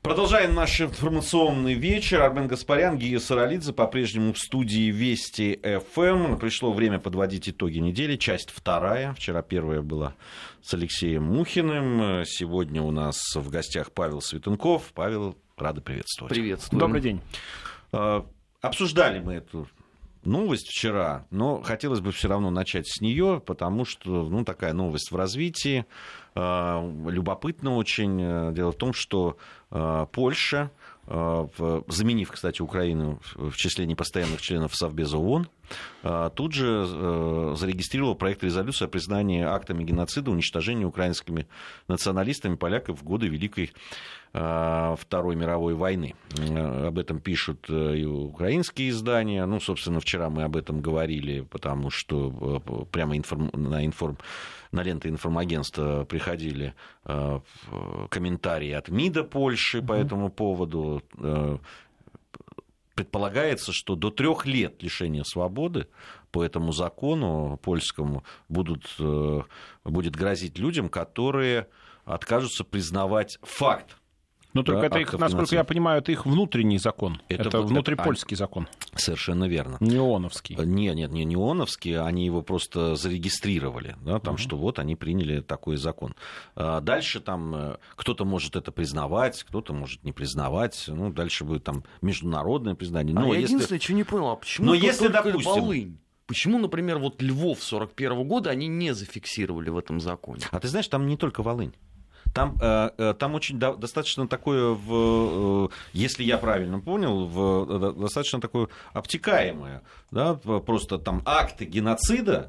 Продолжаем наш информационный вечер. Армен Гаспарян, Гия Саралидзе по-прежнему в студии Вести ФМ. Пришло время подводить итоги недели. Часть вторая. Вчера первая была с Алексеем Мухиным. Сегодня у нас в гостях Павел Светенков. Павел, рады приветствовать. Приветствую. Добрый день. Обсуждали мы эту новость вчера, но хотелось бы все равно начать с нее, потому что такая новость в развитии. Любопытно очень. Дело в том, что Польша, заменив, кстати, Украину в числе непостоянных членов Совбеза ООН, тут же зарегистрировала проект резолюции о признании актами геноцида, уничтожения украинскими националистами поляков в годы Великой Второй мировой войны. Об этом пишут и украинские издания. Собственно, вчера мы об этом говорили, потому что прямо на ленты информагентства приходили комментарии от МИДа Польши по этому поводу. Предполагается, что до 3 лет лишения свободы по этому закону польскому будет грозить людям, которые откажутся признавать факт. Но только это их, насколько я понимаю, это их внутренний закон. Это внутрипольский закон. Совершенно верно. Не ООНовский. Не ООНовский, они его просто зарегистрировали, что вот они приняли такой закон. Дальше там кто-то может это признавать, кто-то может не признавать. Дальше будет там международное признание. Я единственное, что не понял, почему только Волынь? Почему, например, Львов 1941 года они не зафиксировали в этом законе? А ты знаешь, там не только Волынь. Там очень достаточно такое, если я правильно понял, достаточно такое обтекаемое, просто там акты геноцида,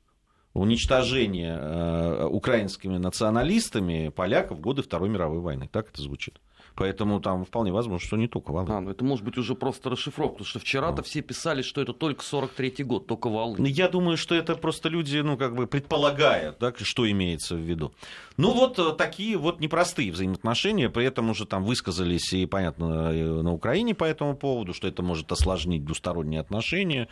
уничтожения украинскими националистами поляков в годы Второй мировой войны. Так это звучит. Поэтому там вполне возможно, что не только Волынь. Это может быть уже просто расшифровка, потому что вчера-то все писали, что это только 43-й год, только Волынь. Я думаю, что это просто люди, предполагают, что имеется в виду. Такие непростые взаимоотношения, при этом уже там высказались и, понятно, на Украине по этому поводу, что это может осложнить двусторонние отношения.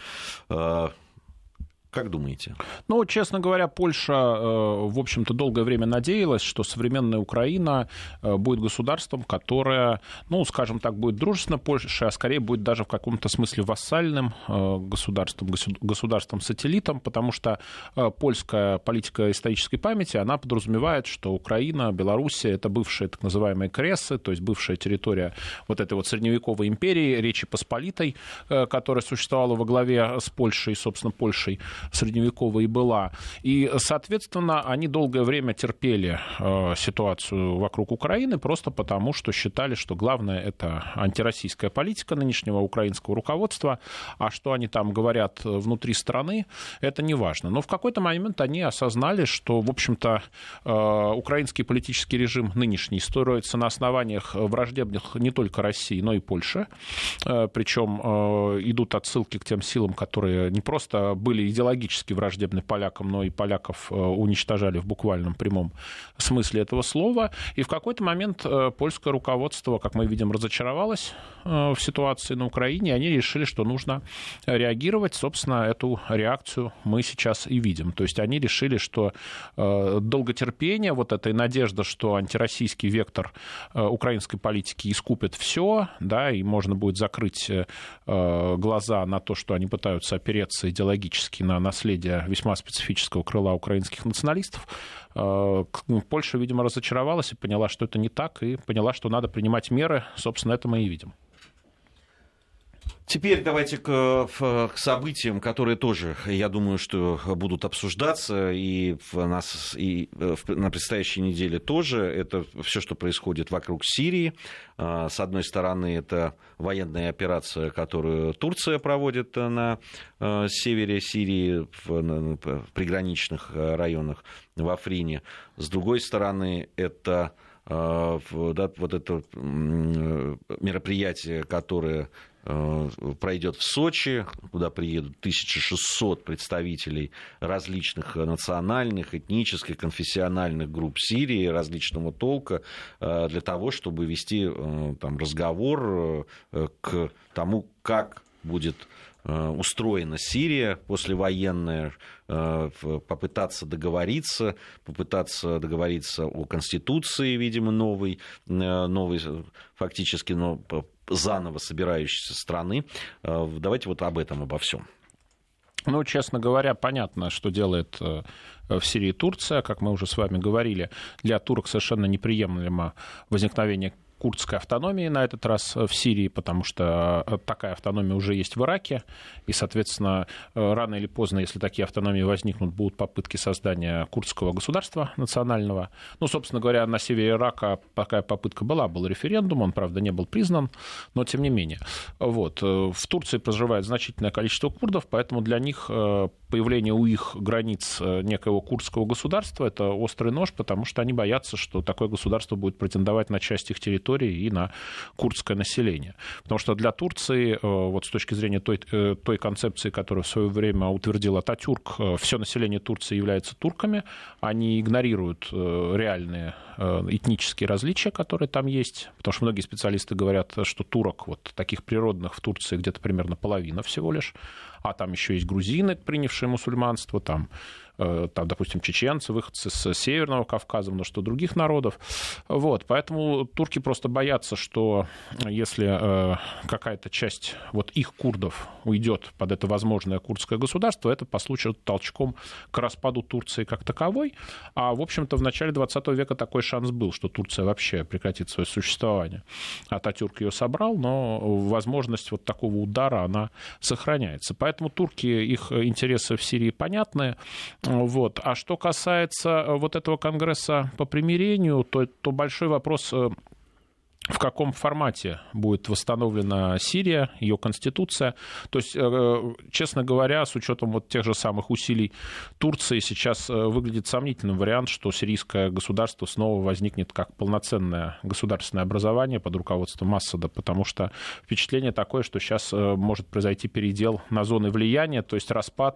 Как думаете? Честно говоря, Польша, в общем-то, долгое время надеялась, что современная Украина будет государством, которое, скажем так, будет дружественно Польше, а скорее будет даже в каком-то смысле вассальным государством-сателлитом, потому что польская политика исторической памяти, она подразумевает, что Украина, Белоруссия — это бывшие так называемые крессы, то есть бывшая территория этой средневековой империи, Речи Посполитой, которая существовала во главе с Польшей, собственно, Польшей средневековой была. И, соответственно, они долгое время терпели ситуацию вокруг Украины просто потому, что считали, что главное — это антироссийская политика нынешнего украинского руководства, а что они там говорят внутри страны, это не важно. Но в какой-то момент они осознали, что, в общем-то, украинский политический режим нынешний строится на основаниях враждебных не только России, но и Польши. Причем идут отсылки к тем силам, которые не просто были идеологически враждебны полякам, но и поляков уничтожали в буквальном прямом смысле этого слова. И в какой-то момент польское руководство, как мы видим, разочаровалось в ситуации на Украине. Они решили, что нужно реагировать. Собственно, эту реакцию мы сейчас и видим. То есть они решили, что долготерпение, эта надежда, что антироссийский вектор украинской политики искупит все, и можно будет закрыть глаза на то, что они пытаются опереться идеологически на наследие весьма специфического крыла украинских националистов. Польша, видимо, разочаровалась и поняла, что это не так, и поняла, что надо принимать меры. Собственно, это мы и видим. Теперь давайте к событиям, которые тоже, я думаю, что будут обсуждаться и на предстоящей неделе тоже. Это все, что происходит вокруг Сирии. С одной стороны, это военная операция, которую Турция проводит на севере Сирии, в приграничных районах в Африне. С другой стороны, это это мероприятие, которое пройдет в Сочи, куда приедут 1600 представителей различных национальных, этнических, конфессиональных групп Сирии, различного толка, для того, чтобы вести разговор к тому, как будет устроена Сирия послевоенная, попытаться договориться о конституции, видимо, новой фактически, но заново собирающейся страны. Давайте вот об этом, обо всем. Ну, честно говоря, понятно, что делает в Сирии Турция. Как мы уже с вами говорили, для турок совершенно неприемлемо возникновение курдской автономии на этот раз в Сирии, потому что такая автономия уже есть в Ираке, и, соответственно, рано или поздно, если такие автономии возникнут, будут попытки создания курдского государства национального. Ну, собственно говоря, на севере Ирака такая попытка был референдум, он, правда, не был признан, но тем не менее. Вот. В Турции проживает значительное количество курдов, поэтому для них появление у их границ некоего курдского государства — это острый нож, потому что они боятся, что такое государство будет претендовать на часть их территории и на курдское население. Потому что для Турции, вот с точки зрения той концепции, которую в свое время утвердил Ататюрк, все население Турции является турками, они игнорируют реальные этнические различия, которые там есть, потому что многие специалисты говорят, что турок, вот таких природных в Турции где-то примерно половина всего лишь, а там еще есть грузины, принявшие мусульманство, там, допустим, чеченцы, выходцы с Северного Кавказа, множество других народов. Вот, поэтому турки просто боятся, что если какая-то часть вот их курдов уйдет под это возможное курдское государство, это послужит толчком к распаду Турции как таковой. А, в общем-то, в начале 20 века такой шанс был, что Турция вообще прекратит свое существование. Ататюрк ее собрал, но возможность вот такого удара, она сохраняется. Поэтому турки, их интересы в Сирии понятны. Вот. А что касается вот этого конгресса по примирению, то большой вопрос, в каком формате будет восстановлена Сирия, ее конституция. То есть, честно говоря, с учетом вот тех же самых усилий Турции, сейчас выглядит сомнительным вариант, что сирийское государство снова возникнет как полноценное государственное образование под руководством Асада, потому что впечатление такое, что сейчас может произойти передел на зоны влияния, то есть распад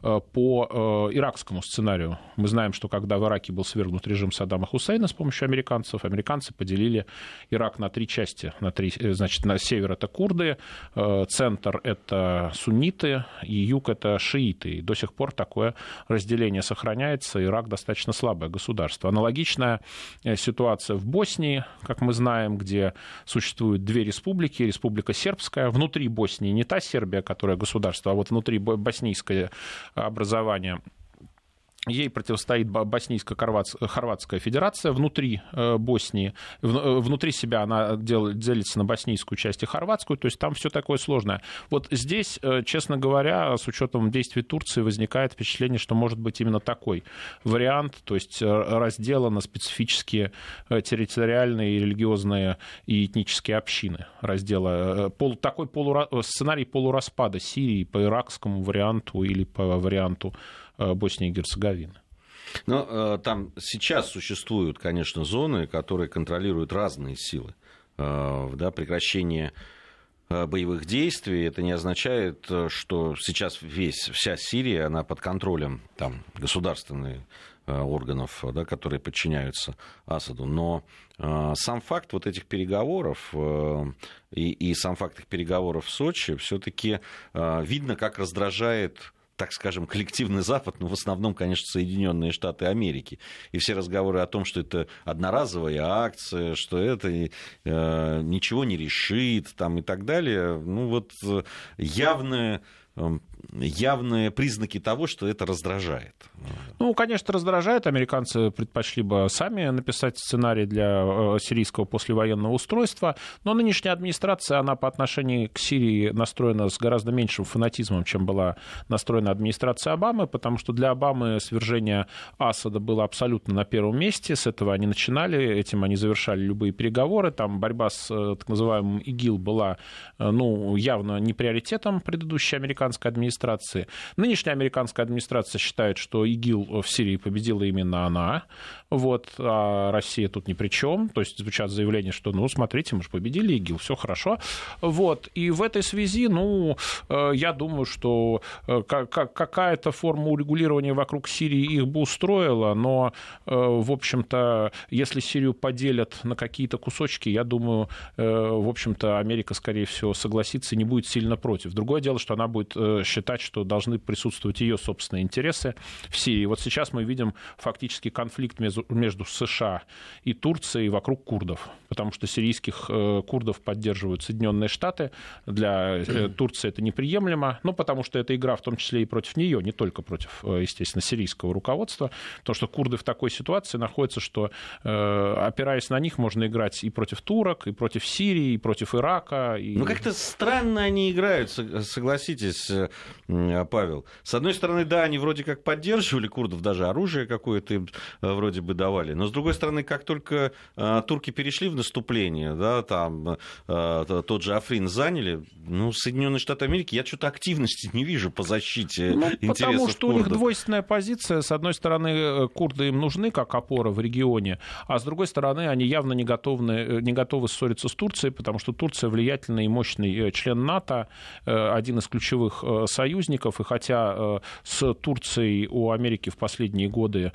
по иракскому сценарию. Мы знаем, что когда в Ираке был свергнут режим Саддама Хусейна с помощью американцев, американцы поделили Ирак на три части. Значит, на север это курды, центр это сунниты, и юг это шииты. И до сих пор такое разделение сохраняется. Ирак достаточно слабое государство. Аналогичная ситуация в Боснии, как мы знаем, где существуют две республики. Республика Сербская. Внутри Боснии не та Сербия, которая государство, а вот внутри боснийское образование. Ей противостоит Боснийско-Хорватская федерация внутри Боснии. Внутри себя она делится на боснийскую часть и хорватскую, то есть там все такое сложное. Вот здесь, честно говоря, с учетом действий Турции возникает впечатление, что может быть именно такой вариант, то есть раздела на специфические территориальные, религиозные и этнические общины. Раздела, такой сценарий полураспада Сирии по иракскому варианту или по варианту Боснии и Герцеговины. Но там сейчас существуют, конечно, зоны, которые контролируют разные силы. Да, прекращение боевых действий, это не означает, что сейчас вся Сирия, она под контролем там, государственных органов, да, которые подчиняются Асаду. Но сам факт вот этих переговоров и сам факт их переговоров в Сочи все-таки видно, как раздражает, так скажем, коллективный Запад, но в основном, конечно, Соединенные Штаты Америки. И все разговоры о том, что это одноразовая акция, что это ничего не решит там, и так далее, ну вот явные признаки того, что это раздражает. Ну, конечно, раздражает. Американцы предпочли бы сами написать сценарий для сирийского послевоенного устройства, но нынешняя администрация, она по отношению к Сирии настроена с гораздо меньшим фанатизмом, чем была настроена администрация Обамы, потому что для Обамы свержение Асада было абсолютно на первом месте, с этого они начинали, этим они завершали любые переговоры, там борьба с так называемым ИГИЛ была, ну, явно не приоритетом предыдущей американской администрации. Нынешняя американская администрация считает, что ИГИЛ в Сирии победила именно она, вот, а Россия тут ни при чем. То есть звучат заявления, что, ну, смотрите, мы же победили ИГИЛ, все хорошо. Вот. И в этой связи, ну, я думаю, что какая-то форма урегулирования вокруг Сирии их бы устроила, но, в общем-то, если Сирию поделят на какие-то кусочки, я думаю, в общем-то, Америка, скорее всего, согласится и не будет сильно против. Другое дело, что она будет считать, что должны присутствовать ее собственные интересы в Сирии. Вот сейчас мы видим фактически конфликт между США и Турцией вокруг курдов, потому что сирийских курдов поддерживают Соединенные Штаты. Для Турции это неприемлемо, но потому что это игра в том числе и против нее, не только против, естественно, сирийского руководства, потому что курды в такой ситуации находятся, что, опираясь на них, можно играть и против турок, и против Сирии, и против Ирака. Ну, как-то странно они играют, согласитесь, Павел. С одной стороны, да, они вроде как поддерживали курдов, даже оружие какое-то им вроде бы давали, но с другой стороны, как только турки перешли в наступление, да, там тот же Африн заняли, ну, Соединенные Штаты Америки, я что-то активности не вижу по защите интересов курдов. Потому что у них двойственная позиция. С одной стороны, курды им нужны как опора в регионе, а с другой стороны, они явно не готовы ссориться с Турцией, потому что Турция влиятельный и мощный член НАТО, один из ключевых союзников, и хотя с Турцией у Америки в последние годы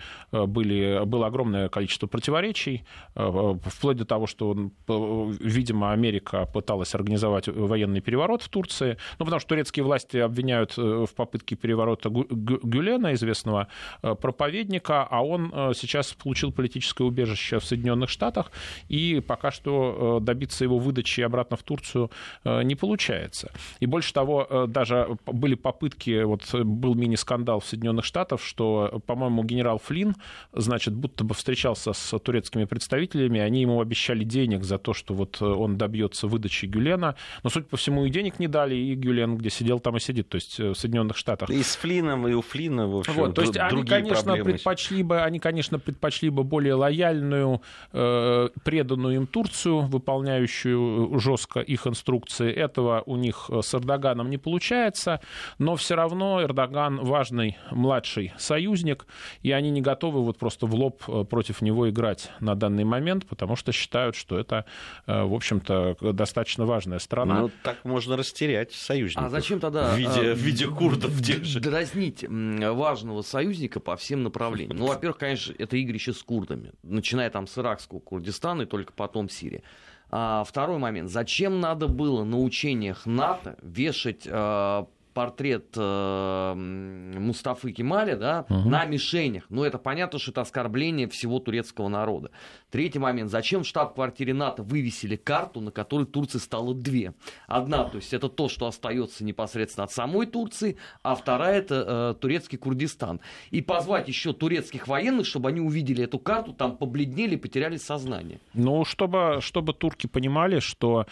было огромное количество противоречий, вплоть до того, что, видимо, Америка пыталась организовать военный переворот в Турции, ну, потому что турецкие власти обвиняют в попытке переворота Гюлена, известного проповедника, а он сейчас получил политическое убежище в Соединенных Штатах, и пока что добиться его выдачи обратно в Турцию не получается. И больше того, даже были попытки, вот был мини-скандал в Соединенных Штатах, что, по-моему, генерал Флинн, значит, будто бы встречался с турецкими представителями, они ему обещали денег за то, что вот он добьется выдачи Гюлена, но, судя по всему, и денег не дали, и Гюлен, где сидел, там и сидит, то есть в Соединенных Штатах. И с Флинном, и у Флинна, в общем, вот, то есть они, конечно, предпочли бы более лояльную, преданную им Турцию, выполняющую жестко их инструкции. Этого у них с Эрдоганом не получается, но все равно Эрдоган важный младший союзник, и они не готовы вот просто в лоб против него играть на данный момент, потому что считают, что это, в общем-то, достаточно важная страна. Ну, так можно растерять союзника. А зачем тогда в виде курдов тех же? Дразнить важного союзника по всем направлениям? Ну, во-первых, конечно, это игрище с курдами, начиная там с иракского Курдистана и только потом Сирия. Второй момент. Зачем надо было на учениях НАТО вешать портрет Мустафы Кемаля, да, на мишенях? Ну, это понятно, что это оскорбление всего турецкого народа. Третий момент. Зачем в штаб-квартире НАТО вывесили карту, на которой Турции стало две? Одна, то есть это то, что остается непосредственно от самой Турции, а вторая — это турецкий Курдистан. И позвать еще турецких военных, чтобы они увидели эту карту, там побледнели, потеряли сознание. Ну, чтобы турки понимали, что,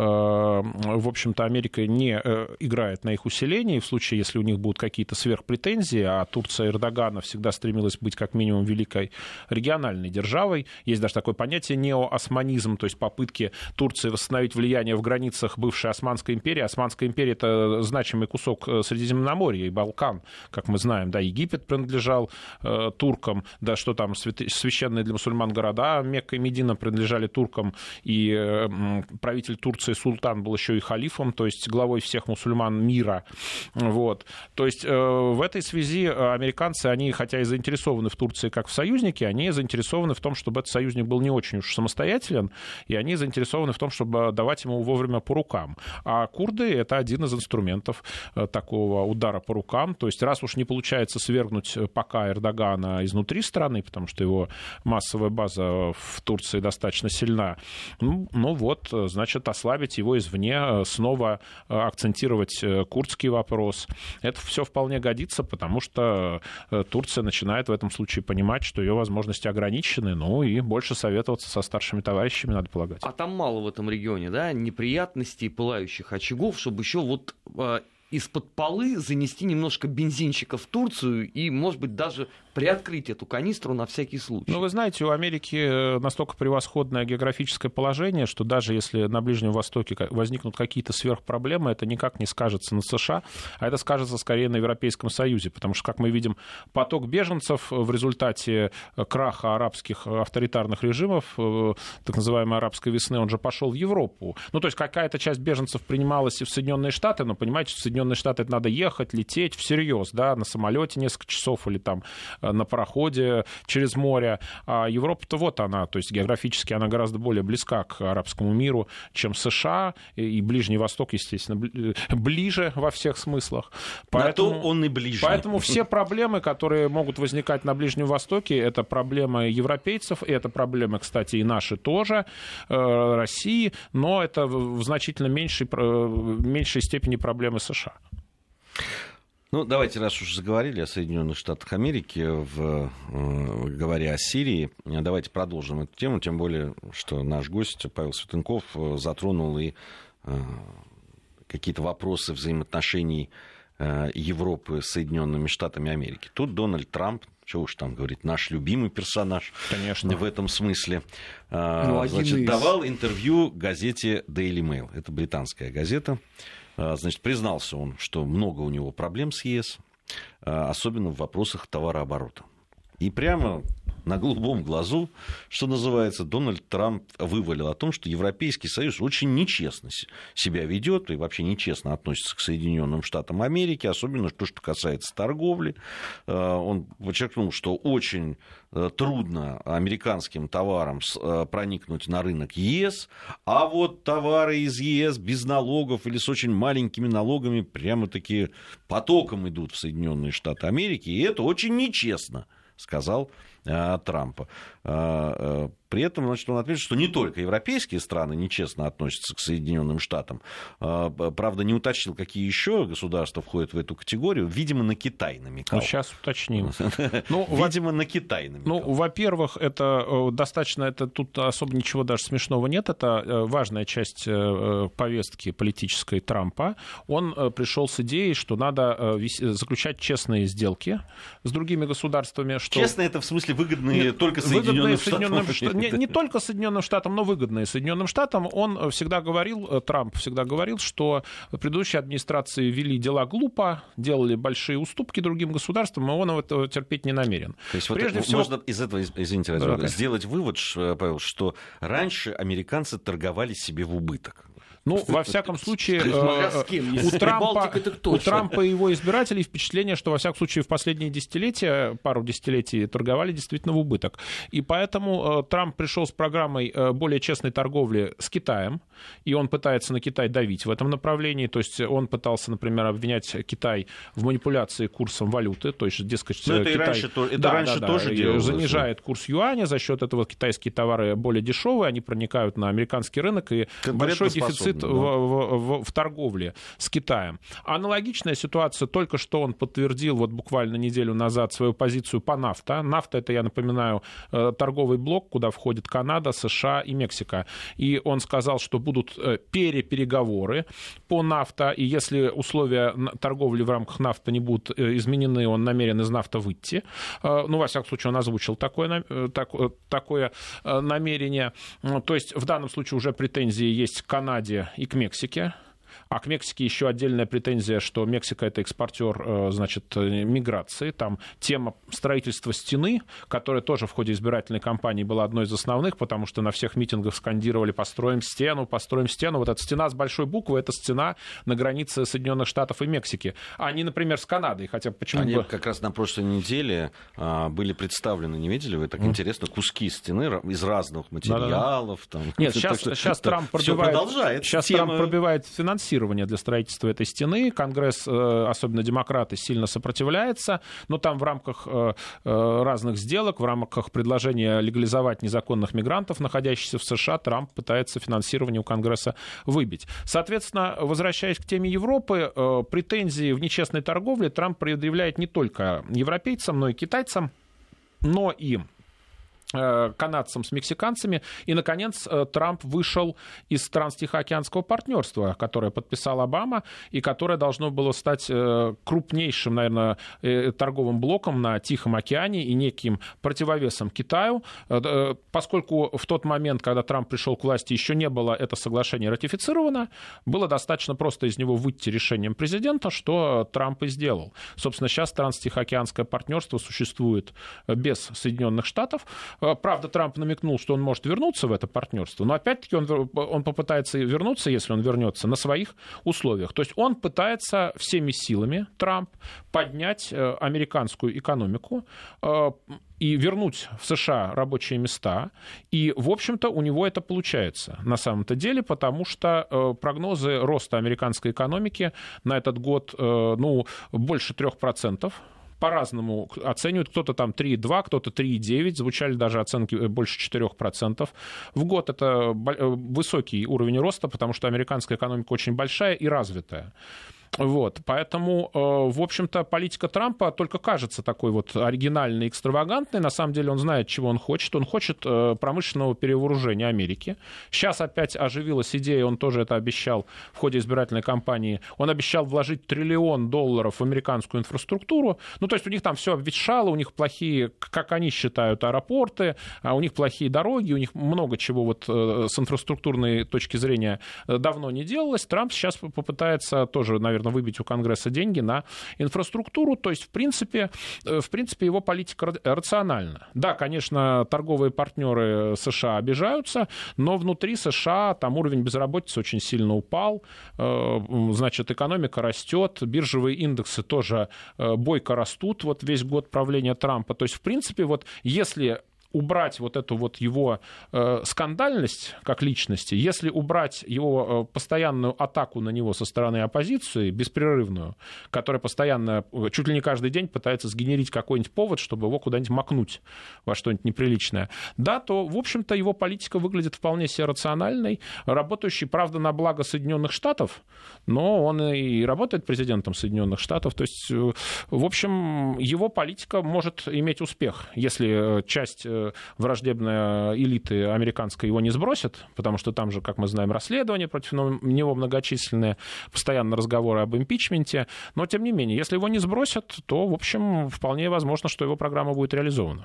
в общем-то, Америка не играет на их усиление, и в случае, если у них будут какие-то сверхпретензии, а Турция Эрдогана всегда стремилась быть как минимум великой региональной державой. Есть даже такое понятие неоосманизм, то есть попытки Турции восстановить влияние в границах бывшей Османской империи. Османская империя — это значимый кусок Средиземноморья и Балкан, как мы знаем. Да, Египет принадлежал туркам, да, что там, священные для мусульман города Мекка и Медина принадлежали туркам, и правитель Турции султан был еще и халифом, то есть главой всех мусульман мира. Вот. То есть в этой связи американцы, они, хотя и заинтересованы в Турции как в союзнике, они заинтересованы в том, чтобы этот союзник был не очень уж самостоятелен, и они заинтересованы в том, чтобы давать ему вовремя по рукам. А курды — это один из инструментов такого удара по рукам. То есть раз уж не получается свергнуть пока Эрдогана изнутри страны, потому что его массовая база в Турции достаточно сильна, ну вот, значит, ослабить его извне, снова акцентировать курдский вопрос. Это все вполне годится, потому что Турция начинает в этом случае понимать, что ее возможности ограничены, ну и больше советоваться со старшими товарищами, надо полагать. А там мало в этом регионе, да, неприятностей, пылающих очагов, чтобы еще из-под полы занести немножко бензинчика в Турцию и, может быть, даже приоткрыть эту канистру на всякий случай. Ну, вы знаете, у Америки настолько превосходное географическое положение, что даже если на Ближнем Востоке возникнут какие-то сверхпроблемы, это никак не скажется на США, а это скажется скорее на Европейском Союзе, потому что, как мы видим, поток беженцев в результате краха арабских авторитарных режимов, так называемой арабской весны, он же пошел в Европу. Ну, то есть какая-то часть беженцев принималась и в Соединенные Штаты, но, понимаете, в Соединенные Штаты это надо ехать, лететь всерьез, да, на самолете несколько часов или там на пароходе через море. А Европа-то вот она, то есть географически она гораздо более близка к арабскому миру, чем США, и Ближний Восток, естественно, ближе во всех смыслах. Поэтому, на то он и ближе. Поэтому все проблемы, которые могут возникать на Ближнем Востоке, это проблемы европейцев, и это проблемы, кстати, и наши тоже, России, но это в значительно меньшей степени проблемы США. Ну, давайте, раз уж заговорили о Соединенных Штатах Америки, говоря о Сирии, давайте продолжим эту тему, тем более, что наш гость Павел Светенков затронул и какие-то вопросы взаимоотношений Европы с Соединенными Штатами Америки. Тут Дональд Трамп, чего уж там говорить, наш любимый персонаж, конечно, в этом смысле, значит, давал интервью газете Daily Mail. Это британская газета. Значит, признался он, что много у него проблем с ЕС, особенно в вопросах товарооборота. И прямо на голубом глазу, что называется, Дональд Трамп вывалил о том, что Европейский Союз очень нечестно себя ведет и вообще нечестно относится к Соединенным Штатам Америки, особенно то, что касается торговли. Он подчеркнул, что очень трудно американским товарам проникнуть на рынок ЕС, а вот товары из ЕС без налогов или с очень маленькими налогами прямо-таки потоком идут в Соединенные Штаты Америки, и это очень нечестно, сказал Трампа. При этом, значит, он отметил, что не только европейские страны нечестно относятся к Соединенным Штатам. Правда, не уточнил, какие еще государства входят в эту категорию. Видимо, на Китай намекал. Ну, сейчас уточним. Видимо, на Китай намекал. Ну, во-первых, это достаточно, это тут особо ничего даже смешного нет. Это важная часть повестки политической Трампа. Он пришел с идеей, что надо заключать честные сделки с другими государствами. Честные — это в смысле выгодные только Соединенным Штатам? Не только Соединенным Штатам, но выгодные Соединенным Штатам. Он всегда говорил, Трамп всегда говорил, что предыдущие администрации вели дела глупо, делали большие уступки другим государствам, и он этого терпеть не намерен. То есть можно из этого, извините, сделать вывод, Павел, что раньше американцы торговали себе в убыток. Ну, во всяком случае, у Трампа и его избирателей впечатление, что, во всяком случае, в последние десятилетия, пару десятилетий торговали действительно в убыток. И поэтому Трамп пришел с программой более честной торговли с Китаем, и он пытается на Китай давить в этом направлении. То есть он пытался, например, обвинять Китай в манипуляции курсом валюты. То есть, дескать, Китай раньше тоже делалось, занижает курс юаня, за счет этого китайские товары более дешевые, они проникают на американский рынок, и большой дефицит в торговле с Китаем. Аналогичная ситуация, только что он подтвердил вот буквально неделю назад свою позицию по нафта. Нафта — это, я напоминаю, торговый блок, куда входит Канада, США и Мексика. И он сказал, что будут переговоры по нафта, и если условия торговли в рамках нафта не будут изменены, он намерен из нафта выйти. Ну, во всяком случае, он озвучил такое намерение. То есть в данном случае уже претензии есть к Канаде и к Мексике. А к Мексике еще отдельная претензия, что Мексика — это экспортер, значит, миграции. Там тема строительства стены, которая тоже в ходе избирательной кампании была одной из основных, потому что на всех митингах скандировали «построим стену, построим стену». Вот эта стена с большой буквы — это стена на границе Соединенных Штатов и Мексики, а не, например, с Канадой. Хотя почему Они как раз на прошлой неделе были представлены, не видели вы, так интересно, куски стены из разных материалов. Там. Нет, сейчас Трамп пробивает финансирование для строительства этой стены. Конгресс, особенно демократы, сильно сопротивляется, но там в рамках разных сделок, в рамках предложения легализовать незаконных мигрантов, находящихся в США, Трамп пытается финансирование у Конгресса выбить. Соответственно, возвращаясь к теме Европы, претензии в нечестной торговле Трамп предъявляет не только европейцам, но и китайцам, но и канадцам с мексиканцами. И, наконец, Трамп вышел из Транстихоокеанского партнерства, которое подписал Обама, и которое должно было стать крупнейшим, наверное, торговым блоком на Тихом океане и неким противовесом Китаю. Поскольку в тот момент, когда Трамп пришел к власти, еще не было это соглашение ратифицировано, было достаточно просто из него выйти решением президента, что Трамп и сделал. Собственно, сейчас Транстихоокеанское партнерство существует без Соединенных Штатов. Правда, Трамп намекнул, что он может вернуться в это партнерство, но опять-таки он попытается вернуться, если он вернется, на своих условиях. То есть он пытается всеми силами, Трамп, поднять американскую экономику и вернуть в США рабочие места. И, в общем-то, у него это получается на самом-то деле, потому что прогнозы роста американской экономики на этот год больше 3%. По-разному оценивают. Кто-то там 3,2, кто-то 3,9. Звучали даже оценки больше 4%. В год это высокий уровень роста, потому что американская экономика очень большая и развитая. Вот, поэтому, в общем-то, политика Трампа только кажется такой вот оригинальной, экстравагантной. На самом деле он знает, чего он хочет. Он хочет промышленного перевооружения Америки. Сейчас опять оживилась идея, он тоже это обещал в ходе избирательной кампании. Он обещал вложить $1 триллион в американскую инфраструктуру. Ну, то есть у них там все обветшало, у них плохие, как они считают, аэропорты, у них плохие дороги, у них много чего вот с инфраструктурной точки зрения давно не делалось. Трамп сейчас попытается тоже, наверное, выбить у Конгресса деньги на инфраструктуру. То есть, в принципе, его политика рациональна. Да, конечно, торговые партнеры США обижаются, но внутри США там уровень безработицы очень сильно упал, значит, экономика растет, биржевые индексы тоже бойко растут вот весь год правления Трампа. То есть, в принципе, вот если убрать вот эту вот его скандальность как личности, если убрать его постоянную атаку на него со стороны оппозиции, беспрерывную, которая постоянно, чуть ли не каждый день пытается сгенерить какой-нибудь повод, чтобы его куда-нибудь макнуть во что-нибудь неприличное, да, то, в общем-то, его политика выглядит вполне себе рациональной, работающей, правда, на благо Соединенных Штатов, но он и работает президентом Соединенных Штатов, то есть, в общем, его политика может иметь успех, если часть враждебная элиты американской его не сбросит, потому что там же, как мы знаем, расследования против него многочисленные, постоянно разговоры об импичменте, но, тем не менее, если его не сбросят, то, в общем, вполне возможно, что его программа будет реализована.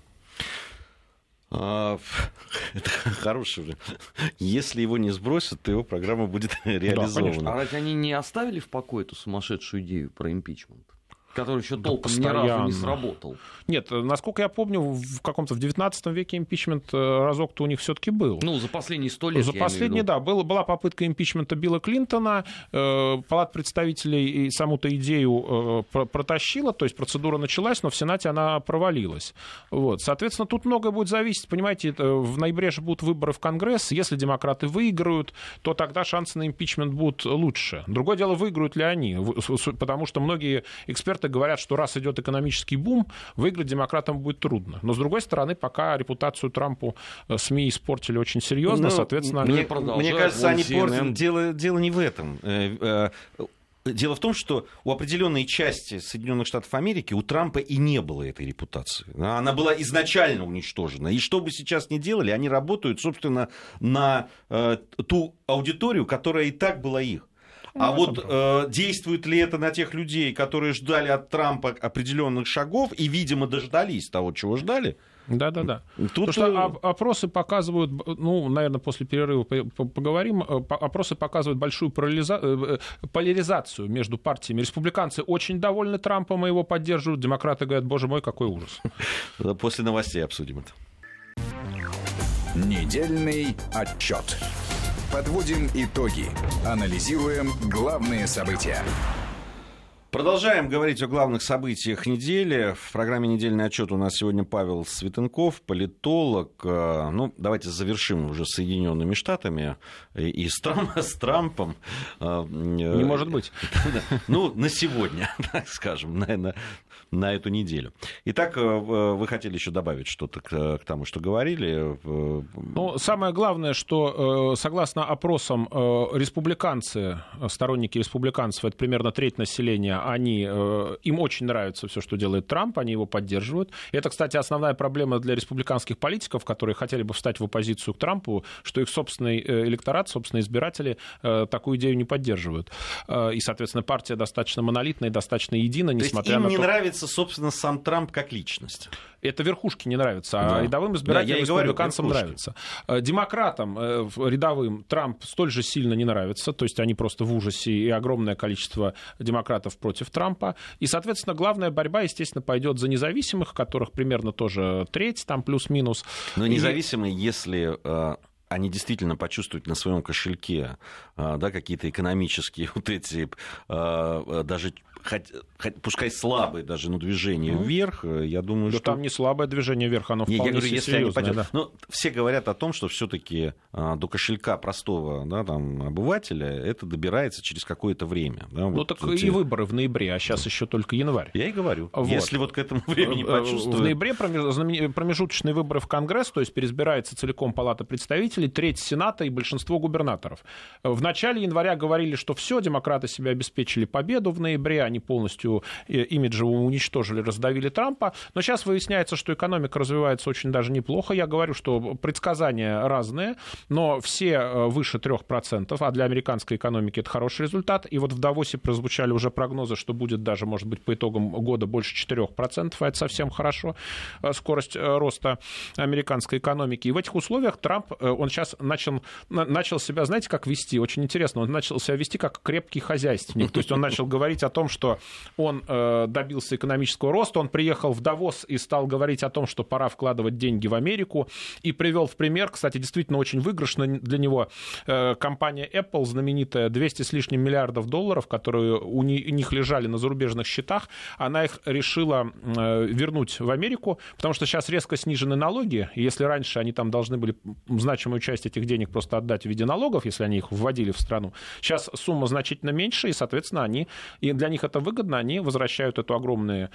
Это хороший. Если его не сбросят, то его программа будет реализована. Да, а разве они не оставили в покое эту сумасшедшую идею про импичмент, который еще толком ни разу не сработал? Нет, насколько я помню, в 19 веке импичмент разок-то у них все-таки был. Ну, за последние 100 лет, за последние, да. Была попытка импичмента Билла Клинтона, Палата представителей саму-то идею протащила, то есть процедура началась, но в Сенате она провалилась. Вот. Соответственно, тут многое будет зависеть. Понимаете, в ноябре же будут выборы в Конгресс. Если демократы выиграют, то тогда шансы на импичмент будут лучше. Другое дело, выиграют ли они, потому что многие эксперты говорят, что раз идет экономический бум, выиграть демократам будет трудно. Но, с другой стороны, пока репутацию Трампу СМИ испортили очень серьезно, соответственно... Мне кажется, они портят. Дело не в этом. Дело в том, что у определенной части Соединенных Штатов Америки у Трампа и не было этой репутации. Она была изначально уничтожена. И что бы сейчас ни делали, они работают, собственно, на ту аудиторию, которая и так была их. А вот действует ли это на тех людей, которые ждали от Трампа определенных шагов и, видимо, дождались того, чего ждали? Да. Тут... Потому что опросы показывают, наверное, после перерыва поговорим, опросы показывают большую поляризацию между партиями. Республиканцы очень довольны Трампом и его поддерживают, демократы говорят, боже мой, какой ужас. После новостей обсудим это. Недельный отчет. Подводим итоги. Анализируем главные события. Продолжаем говорить о главных событиях недели. В программе «Недельный отчет» у нас сегодня Павел Светенков, политолог. Давайте завершим уже с Соединенными Штатами и с Трампом. Не может быть. На сегодня, так скажем, наверное, на эту неделю. Итак, вы хотели еще добавить что-то к тому, что говорили? Ну, самое главное, что согласно опросам республиканцы, сторонники республиканцев, это примерно треть населения, им очень нравится все, что делает Трамп, они его поддерживают. И это, кстати, основная проблема для республиканских политиков, которые хотели бы встать в оппозицию к Трампу, что их собственный электорат, собственные избиратели такую идею не поддерживают. И, соответственно, партия достаточно монолитная, достаточно едина, несмотря на то... То есть им не нравится, собственно, сам Трамп как личность? Это верхушке не нравится, а рядовым избирателям, республиканцам нравится. Демократам рядовым Трамп столь же сильно не нравится, то есть они просто в ужасе, и огромное количество демократов против Трампа. И, соответственно, главная борьба, естественно, пойдет за независимых, которых примерно тоже треть, там плюс-минус. Но независимые, если... они действительно почувствуют на своем кошельке, да, какие-то экономические вот эти, даже пускай слабые даже, но движения вверх, я думаю, что... Там не слабое движение вверх, оно вполне себе серьезное. Да. Но все говорят о том, что все-таки до кошелька простого, да, там, обывателя это добирается через какое-то время. Да, ну вот так и выборы в ноябре, а сейчас еще только январь. Я и говорю. Вот. Если вот к этому времени почувствуют... В ноябре промежуточные выборы в Конгресс, то есть переизбирается целиком Палата представителей, треть Сената и большинство губернаторов. В начале января говорили, что все, демократы себе обеспечили победу в ноябре, они полностью имиджево уничтожили, раздавили Трампа, но сейчас выясняется, что экономика развивается очень даже неплохо. Я говорю, что предсказания разные, но все выше 3%, а для американской экономики это хороший результат. И вот в Давосе прозвучали уже прогнозы, что будет даже, может быть, по итогам года больше 4%, а это совсем хорошо, скорость роста американской экономики. И в этих условиях Трамп, он сейчас начал себя, знаете, как вести? Очень интересно, он начал себя вести как крепкий хозяйственник. То есть он начал говорить о том, что он добился экономического роста, он приехал в Давос и стал говорить о том, что пора вкладывать деньги в Америку, и привел в пример, кстати, действительно очень выигрышно для него, компания Apple, знаменитая, 200 с лишним миллиардов долларов, которые у них лежали на зарубежных счетах, она их решила вернуть в Америку, потому что сейчас резко снижены налоги, и если раньше они там должны были значимую часть этих денег просто отдать в виде налогов, если они их вводили в страну, сейчас сумма значительно меньше, и, соответственно, и для них это выгодно, они возвращают эту огромный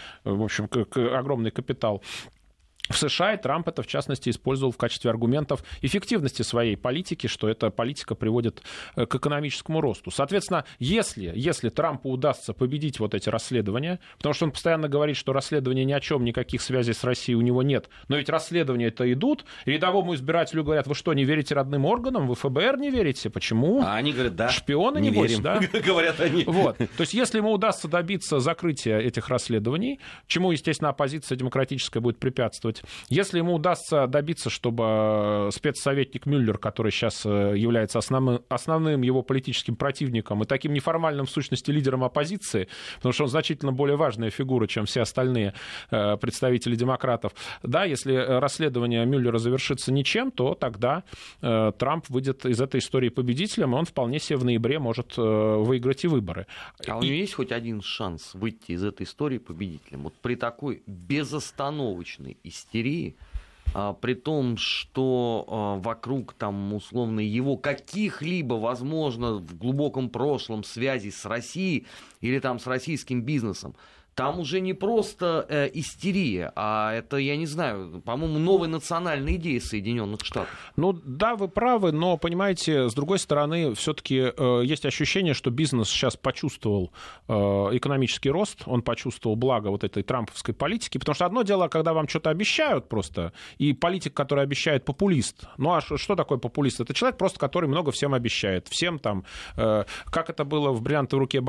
капитал в США, и Трамп это, в частности, использовал в качестве аргументов эффективности своей политики, что эта политика приводит к экономическому росту. Соответственно, если Трампу удастся победить вот эти расследования, потому что он постоянно говорит, что расследования ни о чем, никаких связей с Россией у него нет, но ведь расследования-то идут, и рядовому избирателю говорят: вы что, не верите родным органам, вы ФБР не верите? Почему? А они говорят: да, шпионы, не небось, верим, да? Говорят они. Вот. То есть, если ему удастся добиться закрытия этих расследований, чему, естественно, оппозиция демократическая будет препятствовать, если ему удастся добиться, чтобы спецсоветник Мюллер, который сейчас является основным его политическим противником и таким неформальным, в сущности, лидером оппозиции, потому что он значительно более важная фигура, чем все остальные представители демократов, да, если расследование Мюллера завершится ничем, то тогда Трамп выйдет из этой истории победителем, и он вполне себе в ноябре может выиграть и выборы. А у него есть хоть один шанс выйти из этой истории победителем? Вот при такой безостановочной истерии, при том, что вокруг там условно его каких-либо, возможно, в глубоком прошлом связей с Россией или там с российским бизнесом, там уже не просто истерия, а это, я не знаю, по-моему, новая национальная идея Соединенных Штатов. Ну да, вы правы, но, понимаете, с другой стороны, все-таки есть ощущение, что бизнес сейчас почувствовал экономический рост, он почувствовал благо вот этой трамповской политики, потому что одно дело, когда вам что-то обещают просто, и политик, который обещает, популист. Ну а что такое популист? Это человек просто, который много всем обещает. Всем там, как это было в «Бриллиантовой руке»,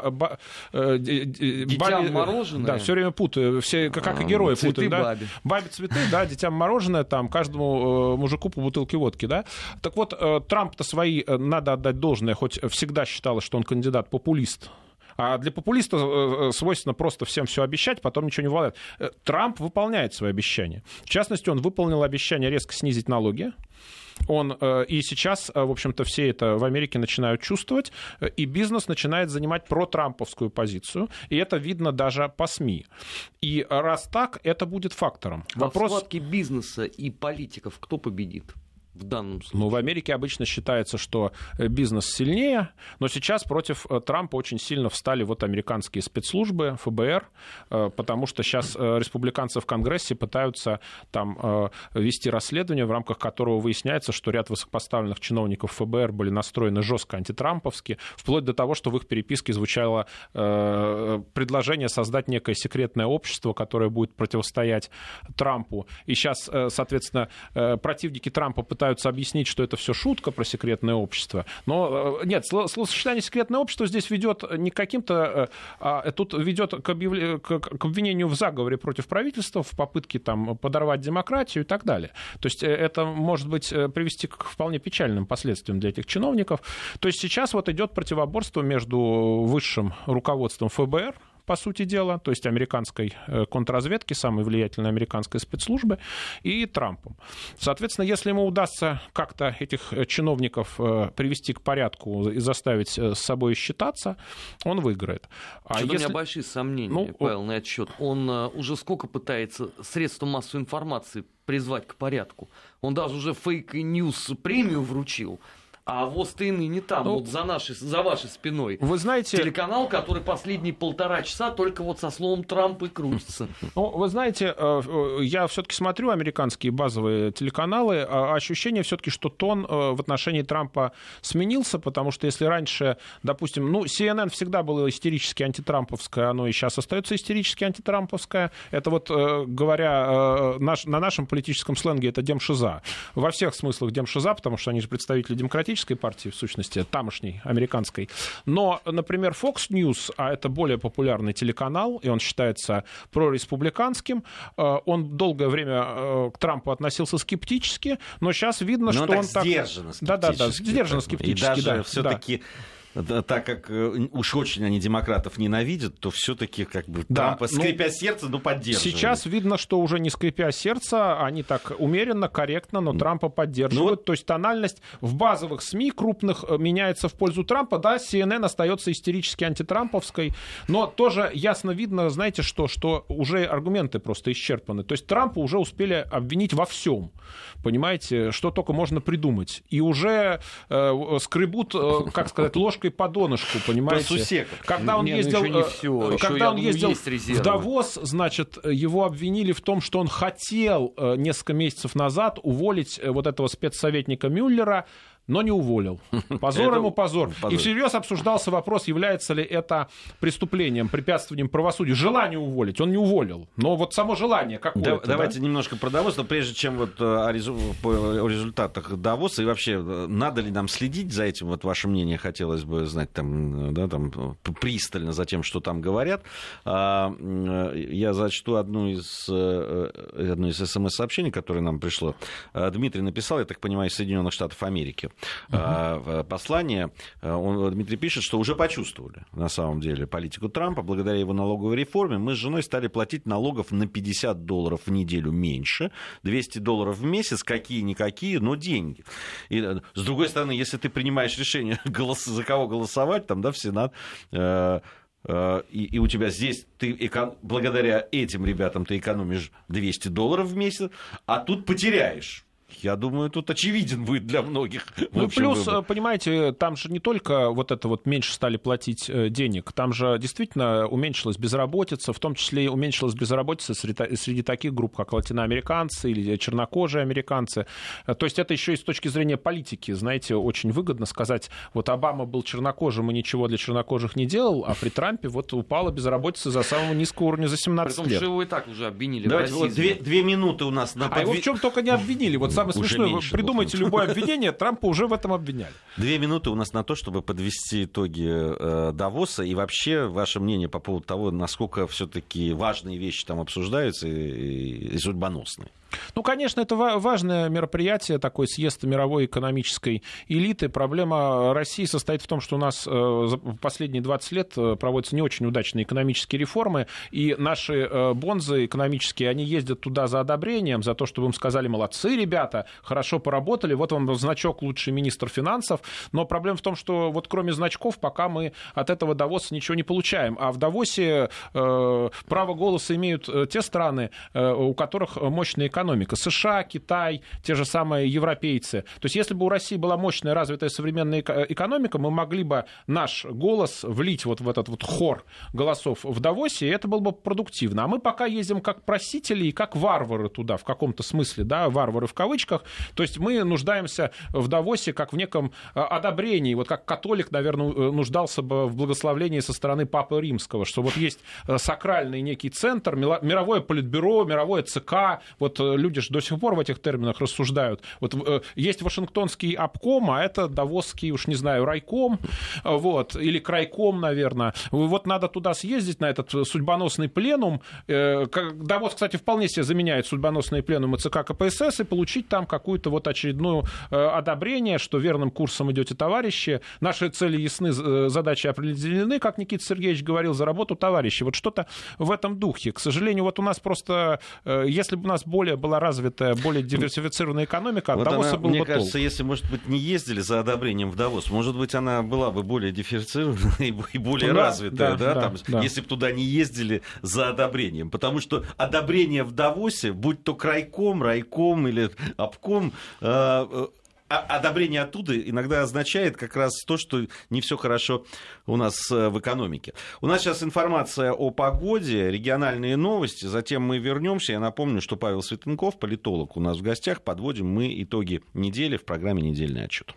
мороженое. Да, все время путаю. Все, как и герои цветы путают. Да? Бабе. Бабе цветы, да, детям мороженое, там, каждому мужику по бутылке водки, да. Так вот, Трамп-то свои, надо отдать должное, хоть всегда считалось, что он кандидат-популист. А для популиста свойственно просто всем все обещать, потом ничего не выполнять. Трамп выполняет свои обещания. В частности, он выполнил обещание резко снизить налоги. И сейчас, в общем-то, все это в Америке начинают чувствовать, и бизнес начинает занимать протрамповскую позицию, и это видно даже по СМИ. И раз так, это будет фактором. В схватке бизнеса и политиков кто победит? в данном случае? Ну, в Америке обычно считается, что бизнес сильнее, но сейчас против Трампа очень сильно встали вот американские спецслужбы, ФБР, потому что сейчас республиканцы в Конгрессе пытаются там вести расследование, в рамках которого выясняется, что ряд высокопоставленных чиновников ФБР были настроены жестко антитрамповски, вплоть до того, что в их переписке звучало предложение создать некое секретное общество, которое будет противостоять Трампу. И сейчас, соответственно, противники Трампа пытаются объяснить, что это все шутка про секретное общество. Но нет, словосочетание секретное общество здесь ведет не к каким-то... Тут ведет к обвинению в заговоре против правительства, в попытке там подорвать демократию и так далее. То есть это может быть привести к вполне печальным последствиям для этих чиновников. То есть сейчас вот идет противоборство между высшим руководством ФБР, по сути дела, то есть американской контрразведки, самой влиятельной американской спецслужбы, и Трампом. Соответственно, если ему удастся как-то этих чиновников привести к порядку и заставить с собой считаться, он выиграет. У меня большие сомнения, Павел, на этот счет. Он уже сколько пытается средства массовой информации призвать к порядку? Он даже уже фейк-ньюс премию вручил. А ВОЗ-то и ныне там, вот за вашей спиной. Вы знаете... Телеканал, который последние 1,5 часа только вот со словом Трамп и крутится. Ну, вы знаете, я все-таки смотрю американские базовые телеканалы, а ощущение все-таки, что тон в отношении Трампа сменился, потому что если раньше, допустим, CNN всегда было истерически антитрамповское, оно и сейчас остается истерически антитрамповское. Это вот, говоря на нашем политическом сленге, это демшиза. Во всех смыслах демшиза, потому что они же представители демократической партии, в сущности, тамошней, американской. Но, например, Fox News, а это более популярный телеканал, и он считается прореспубликанским, он долгое время к Трампу относился скептически, но сейчас видно, что он так... Сдержанно скептически. Да, сдержанно скептически. И даже все-таки... Так как уж очень они демократов ненавидят, то все-таки как бы Трампа, скрипя сердце, поддерживают. Сейчас видно, что уже не скрипя сердце, они так умеренно, корректно, но Трампа поддерживают. То есть тональность в базовых СМИ крупных меняется в пользу Трампа. Да, CNN остается истерически антитрамповской, но тоже ясно видно, знаете, что уже аргументы просто исчерпаны. То есть Трампа уже успели обвинить во всем. Понимаете, что только можно придумать. И уже скребут, как сказать, ложкой по донышку, понимаете? Когда он ездил в Давос, значит, его обвинили в том, что он хотел несколько месяцев назад уволить вот этого спецсоветника Мюллера, но не уволил. Позор ему позор. И всерьез обсуждался вопрос, является ли это преступлением, препятствием правосудию. Желание уволить. Он не уволил. Но вот само желание какое-то. Давайте немножко про Давос, но прежде чем вот о результатах Давоса и вообще, надо ли нам следить за этим, вот ваше мнение хотелось бы знать там пристально за тем, что там говорят. Я зачту одну из СМС-сообщений, которое нам пришло. Дмитрий написал, я так понимаю, из Соединенных Штатов Америки. Послание. Дмитрий пишет, что уже почувствовали на самом деле политику Трампа. Благодаря его налоговой реформе мы с женой стали платить налогов на $50 в неделю меньше, $200 в месяц, какие-никакие, но деньги. И с другой стороны, если ты принимаешь решение, за кого голосовать, там, да, в Сенат, и у тебя здесь, благодаря этим ребятам ты экономишь $200 в месяц, а тут потеряешь. Я думаю, тут очевиден будет для многих. Ну, плюс, понимаете, там же не только вот это вот меньше стали платить денег, там же действительно уменьшилась безработица, в том числе уменьшилась безработица среди таких групп, как латиноамериканцы или чернокожие американцы. То есть это еще и с точки зрения политики, знаете, очень выгодно сказать, вот Обама был чернокожим и ничего для чернокожих не делал, а при Трампе вот упала безработица за самого низкого уровня за 17 лет. Притом, что его и так уже обвинили. Давайте вот 2 минуты у нас на... А его в чем только не обвинили. Вот самое смешное, вы придумайте любое обвинение, Трампа уже в этом обвиняли. 2 минуты у нас на то, чтобы подвести итоги Давоса и вообще ваше мнение по поводу того, насколько все-таки важные вещи там обсуждаются и судьбоносные. Ну, конечно, это важное мероприятие, такой съезд мировой экономической элиты. Проблема России состоит в том, что у нас за последние 20 лет проводятся не очень удачные экономические реформы, и наши бонзы экономические, они ездят туда за одобрением, за то, чтобы им сказали: молодцы, ребята, хорошо поработали, вот вам значок лучший министр финансов. Но проблема в том, что вот кроме значков пока мы от этого Давоса ничего не получаем. А в Давосе право голоса имеют те страны, у которых мощная экономика, экономика. США, Китай, те же самые европейцы. То есть если бы у России была мощная, развитая современная экономика, мы могли бы наш голос влить вот в этот вот хор голосов в Давосе, и это было бы продуктивно. А мы пока ездим как просители и как варвары туда, в каком-то смысле, да, варвары в кавычках. То есть мы нуждаемся в Давосе как в неком одобрении, вот как католик, наверное, нуждался бы в благословлении со стороны Папы Римского, что вот есть сакральный некий центр, мировое политбюро, мировое ЦК, вот люди же до сих пор в этих терминах рассуждают. Вот есть Вашингтонский обком, а это Давосский, уж не знаю, райком, вот, или крайком, наверное. Вот надо туда съездить, на этот судьбоносный пленум. Давос, кстати, вполне себе заменяет судьбоносные пленумы ЦК КПСС, и получить там какую-то вот очередную одобрение, что верным курсом идете, товарищи. Наши цели ясны, задачи определены, как Никита Сергеевич говорил, за работу товарищей. Вот что-то в этом духе. К сожалению, вот у нас просто, если бы у нас более была развитая, более диверсифицированная экономика, от вот Давоса был бы толк. Мне кажется, если, может быть, не ездили за одобрением в Давос, может быть, она была бы более дифференцированная и более развитая, если бы туда не ездили за одобрением. Потому что одобрение в Давосе, будь то крайком, райком или обком, одобрение оттуда иногда означает как раз то, что не все хорошо у нас в экономике. У нас сейчас информация о погоде, региональные новости, затем мы вернемся. Я напомню, что Павел Светенков, политолог, у нас в гостях. Подводим мы итоги недели в программе «Недельный отчет».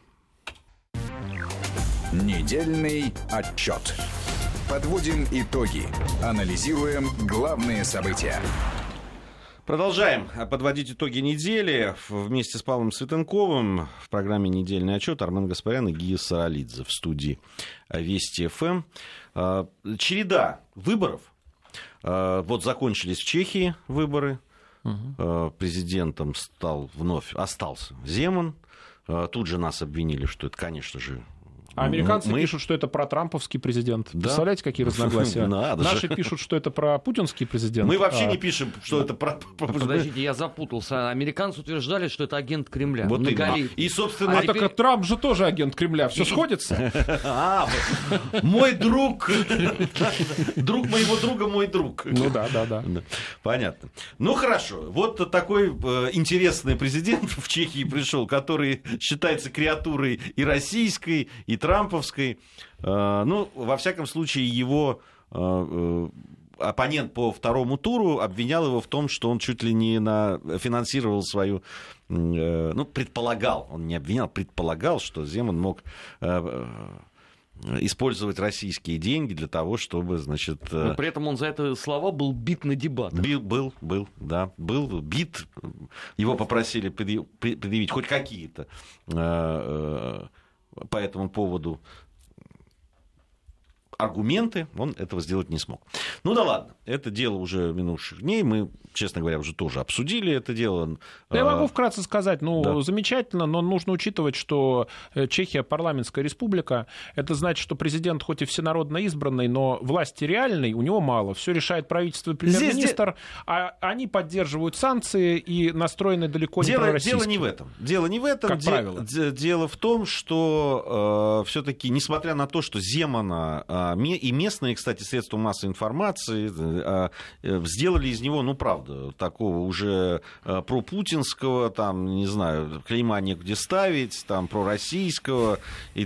Недельный отчет. Подводим итоги. Анализируем главные события. Продолжаем подводить итоги недели вместе с Павлом Светенковым в программе «Недельный отчет». Армен Гаспарян и Гия Саралидзе в студии Вести ФМ. Череда выборов. Вот закончились в Чехии выборы. Президентом остался Земан. Тут же нас обвинили, что это, конечно же, А американцы пишут, что это про трамповский президент. Да? Представляете, какие разногласия? Наши пишут, что это про путинский президент. Мы вообще не пишем, что это про... Подождите, я запутался. Американцы утверждали, что это агент Кремля. Вот и, собственно... Так Трамп же тоже агент Кремля. Все сходится? Мой друг. Друг моего друга, мой друг. Ну да. Понятно. Ну хорошо. Вот такой интересный президент в Чехии пришел, который считается креатурой и российской, и трамповской. Ну, во всяком случае, его оппонент по второму туру обвинял его в том, что он чуть ли не финансировал свою... Ну, предполагал, он не обвинял, предполагал, что Земан мог использовать российские деньги для того, чтобы, значит... Но при этом он за это слова был бит на дебатах. Был бит. Его попросили предъявить хоть какие-то по этому поводу аргументы, он этого сделать не смог. Ну да ладно, это дело уже минувших дней, мы, честно говоря, уже тоже обсудили это дело. Я могу вкратце сказать, замечательно, но нужно учитывать, что Чехия парламентская республика, это значит, что президент хоть и всенародно избранный, но власти реальной у него мало, все решает правительство и премьер-министр, а они поддерживают санкции и настроены далеко не пророссийски. Дело не в этом, как правило. Дело в том, что все-таки, несмотря на то, что Земана и местные, кстати, средства массовой информации сделали из него, ну, правда, такого уже пропутинского, там, не знаю, клейма негде ставить, там, пророссийского.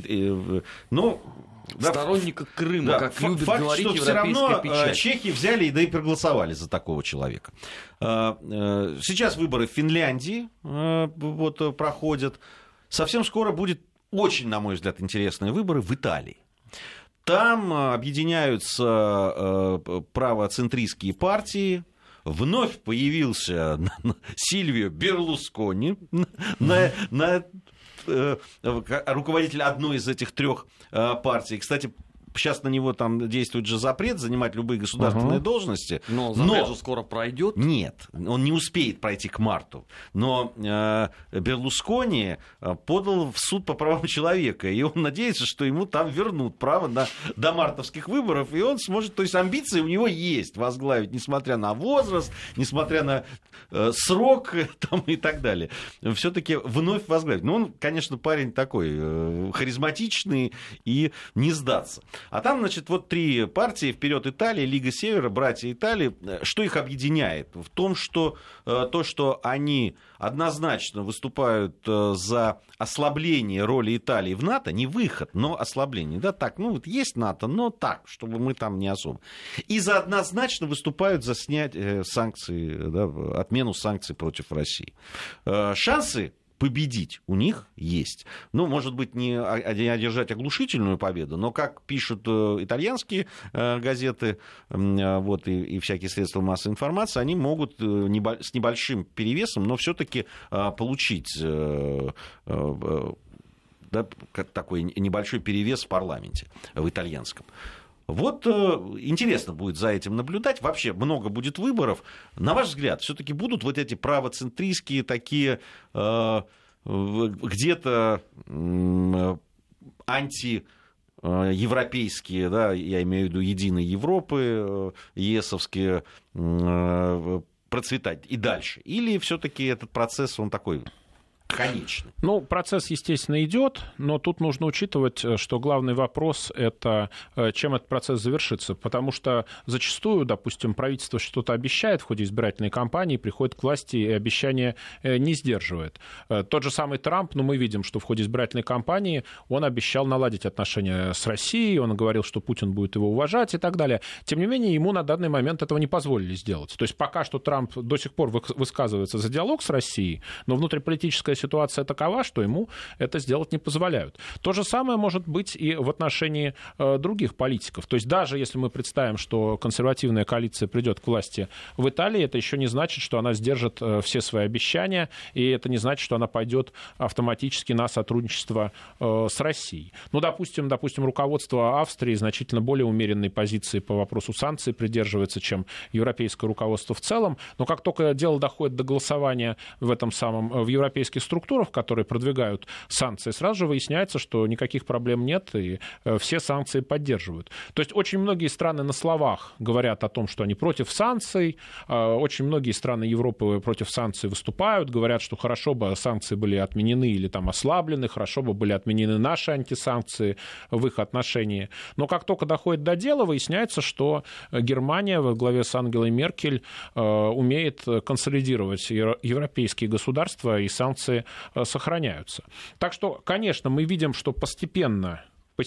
Сторонника Крыма, как любит говорить европейская печать. Чехи взяли и проголосовали за такого человека. Сейчас выборы в Финляндии проходят. Совсем скоро будет очень, на мой взгляд, интересные выборы в Италии. Там объединяются правоцентристские партии. Вновь появился Сильвио Берлускони, руководитель одной из этих трех партий. Кстати, сейчас на него там действует же запрет занимать любые государственные должности. Но запрет же скоро пройдет. Нет, он не успеет пройти к марту. Но Берлускони подал в суд по правам человека, и он надеется, что ему там вернут право до мартовских выборов, и он сможет, то есть амбиции у него есть возглавить, несмотря на возраст, несмотря на срок там, и так далее. Все-таки вновь возглавить. Но он, конечно, парень такой харизматичный и не сдаться. А там, значит, вот 3 партии: «Вперед, Италия», «Лига Севера», «Братья Италии». Что их объединяет? В том, что то, что они однозначно выступают за ослабление роли Италии в НАТО, не выход, но ослабление. Да, так, ну вот есть НАТО, но так, чтобы мы там не особо. И однозначно выступают за снятие санкций, да, отмену санкций против России. Шансы победить у них есть. Ну, может быть, не одержать оглушительную победу, но, как пишут итальянские газеты, вот, и всякие средства массовой информации, они могут с небольшим перевесом, но все-таки получить такой небольшой перевес в парламенте, в итальянском. Вот интересно будет за этим наблюдать. Вообще много будет выборов. На ваш взгляд, все-таки будут вот эти правоцентристские такие где-то антиевропейские, да, я имею в виду Единой Европы, ЕСовские, процветать и дальше? Или все-таки этот процесс, он такой конечный? Ну, процесс, естественно, идет, но тут нужно учитывать, что главный вопрос — это чем этот процесс завершится. Потому что зачастую, допустим, правительство что-то обещает в ходе избирательной кампании, приходит к власти и обещания не сдерживает. Тот же самый Трамп, мы видим, что в ходе избирательной кампании он обещал наладить отношения с Россией, он говорил, что Путин будет его уважать и так далее. Тем не менее, ему на данный момент этого не позволили сделать. То есть пока что Трамп до сих пор высказывается за диалог с Россией, но внутриполитическая ситуация такова, что ему это сделать не позволяют. То же самое может быть и в отношении других политиков. То есть даже если мы представим, что консервативная коалиция придет к власти в Италии, это еще не значит, что она сдержит все свои обещания, и это не значит, что она пойдет автоматически на сотрудничество с Россией. Ну, допустим, руководство Австрии значительно более умеренной позиции по вопросу санкций придерживается, чем европейское руководство в целом. Но как только дело доходит до голосования в европейских структурах, которые продвигают санкции, сразу же выясняется, что никаких проблем нет, и все санкции поддерживают. То есть очень многие страны на словах говорят о том, что они против санкций, очень многие страны Европы против санкций выступают, говорят, что хорошо бы санкции были отменены или там ослаблены, хорошо бы были отменены наши антисанкции в их отношении. Но как только доходит до дела, выясняется, что Германия во главе с Ангелой Меркель умеет консолидировать европейские государства, и санкции сохраняются. Так что, конечно, мы видим, что постепенно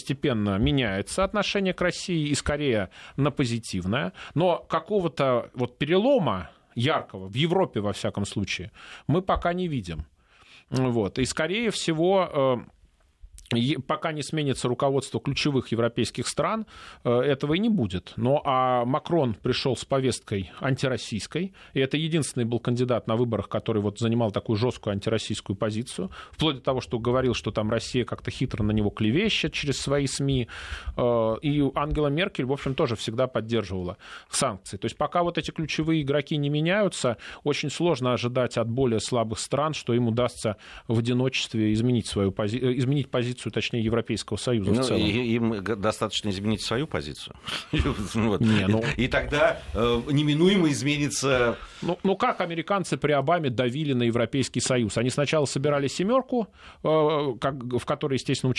меняется отношение к России, и скорее на позитивное, но какого-то вот перелома яркого в Европе, во всяком случае, мы пока не видим. Вот. И, скорее всего, пока не сменится руководство ключевых европейских стран, этого и не будет. А Макрон пришел с повесткой антироссийской, и это единственный был кандидат на выборах, который вот занимал такую жесткую антироссийскую позицию, вплоть до того, что говорил, что там Россия как-то хитро на него клевещет через свои СМИ. И Ангела Меркель, в общем, тоже всегда поддерживала санкции. То есть пока вот эти ключевые игроки не меняются, очень сложно ожидать от более слабых стран, что им удастся в одиночестве изменить позицию, точнее, Европейского Союза в целом. Им достаточно изменить свою позицию. И тогда неминуемо изменится... Ну, как американцы при Обаме давили на Европейский Союз? Они сначала собирали семерку, в которой, естественно,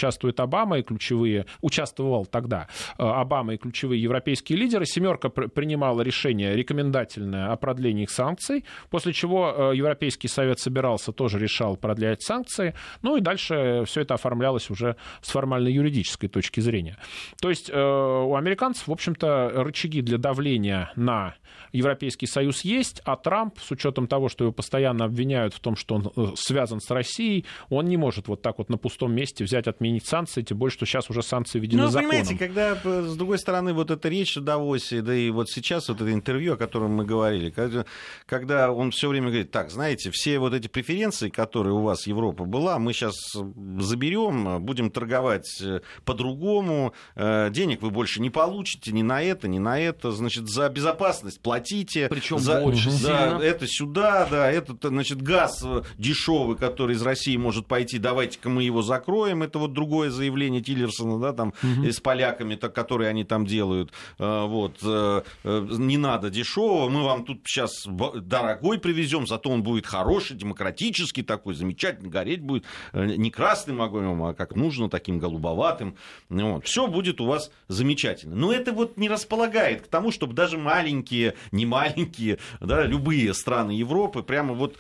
участвовал тогда Обама и ключевые европейские лидеры. Семерка принимала решение рекомендательное о продлении их санкций, после чего Европейский Совет собирался, тоже решал продлять санкции. Ну и дальше все это оформлялось уже с формально-юридической точки зрения. То есть у американцев, в общем-то, рычаги для давления на Европейский Союз есть, а Трамп, с учетом того, что его постоянно обвиняют в том, что он связан с Россией, он не может вот так вот на пустом месте взять, отменить санкции, тем более, что сейчас уже санкции введены законом. Понимаете, когда, с другой стороны, вот эта речь о Давосе, да и вот сейчас вот это интервью, о котором мы говорили, когда он все время говорит: так, знаете, все вот эти преференции, которые у вас Европа была, мы сейчас заберем, будем торговать по-другому, денег вы больше не получите ни на это, значит, за безопасность платите. Причем больше сильно. Это сюда, да, этот, значит, газ дешевый, который из России может пойти, давайте-ка мы его закроем. Это вот другое заявление Тиллерсона, да, там, с поляками, которые они там делают. Вот, не надо дешевого, мы вам тут сейчас дорогой привезем, зато он будет хороший, демократический такой, замечательный, гореть будет не красным огнем, а как нужно, таким голубоватым. Вот. Все будет у вас замечательно. Но это вот не располагает к тому, чтобы даже маленькие, не маленькие, да, любые страны Европы прямо вот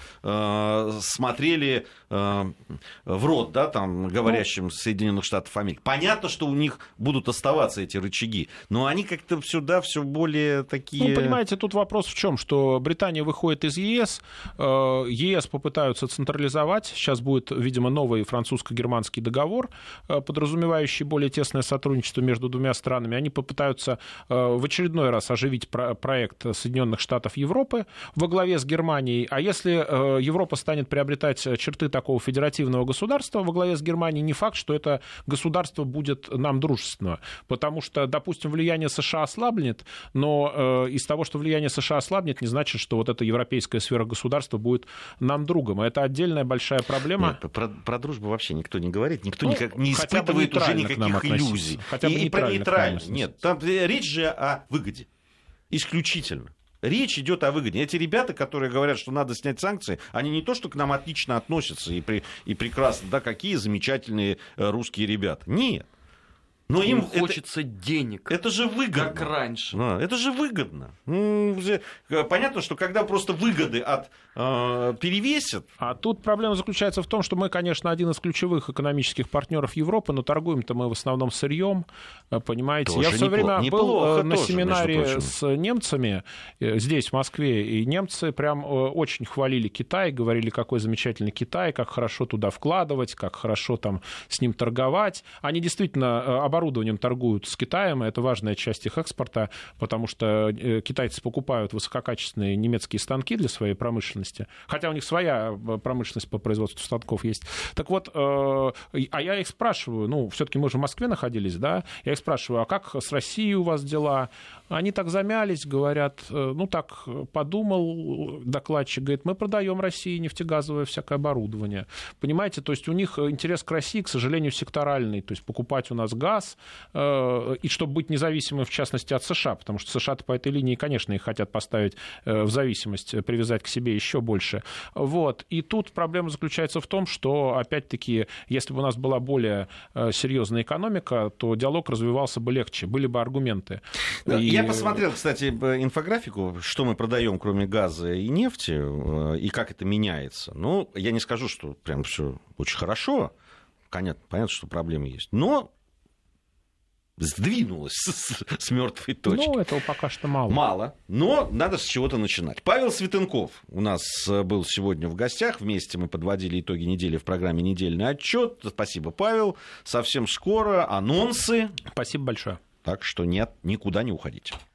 смотрели в рот, да, там, говорящим Соединенных Штатов Америки. Понятно, что у них будут оставаться эти рычаги, но они как-то сюда все более такие... Ну, понимаете, тут вопрос в чем, что Британия выходит из ЕС, ЕС попытаются централизовать, сейчас будет, видимо, новый французско-германский договор, подразумевающий более тесное сотрудничество между двумя странами. Они попытаются в очередной раз оживить проект Соединенных Штатов Европы во главе с Германией, а если Европа станет приобретать черты такого федеративного государства во главе с Германией, не факт, что это государство будет нам дружественно, потому что, допустим, влияние США ослабнет, но из того, что влияние США ослабнет, не значит, что вот эта европейская сфера государства будет нам другом. Это отдельная большая проблема. Нет, про дружбу вообще никто не говорит, никто никак не испытывает уже никаких иллюзий. Хотя бы и про нейтральность. Нет, там речь же о выгоде. Исключительно. Речь идет о выгоде. Эти ребята, которые говорят, что надо снять санкции, они не то, что к нам отлично относятся и прекрасно, да, какие замечательные русские ребята. Нет. Но им хочется денег. Это же выгодно. Как раньше. Это же выгодно. Понятно, что когда просто выгоды перевесят... А тут проблема заключается в том, что мы, конечно, один из ключевых экономических партнеров Европы, но торгуем-то мы в основном сырьем, понимаете. Тоже я в свое время был на тоже, семинаре с немцами здесь, в Москве, и немцы прям очень хвалили Китай, говорили, какой замечательный Китай, как хорошо туда вкладывать, как хорошо там с ним торговать. Они действительно оборудованием торгуют с Китаем, это важная часть их экспорта, потому что китайцы покупают высококачественные немецкие станки для своей промышленности, хотя у них своя промышленность по производству станков есть. Так вот, а я их спрашиваю, ну, все-таки мы же в Москве находились, да, я их спрашиваю, а как с Россией у вас дела? Они так замялись, говорят, ну, так подумал докладчик, говорит, мы продаем России нефтегазовое всякое оборудование. Понимаете, то есть у них интерес к России, к сожалению, секторальный, то есть покупать у нас газ, и чтобы быть независимым, в частности, от США, потому что США-то по этой линии, конечно, их хотят поставить в зависимость, привязать к себе еще больше. Вот. И тут проблема заключается в том, что, опять-таки, если бы у нас была более серьезная экономика, то диалог развивался бы легче, были бы аргументы. Я посмотрел, кстати, инфографику, что мы продаем, кроме газа и нефти, и как это меняется. Ну, я не скажу, что прям все очень хорошо. Понятно, что проблемы есть. Но сдвинулась с мертвой точки. Ну, этого пока что мало. Мало, но надо с чего-то начинать. Павел Светенков у нас был сегодня в гостях. Вместе мы подводили итоги недели в программе «Недельный отчет». Спасибо, Павел. Совсем скоро анонсы. Спасибо большое. Так что нет, никуда не уходите.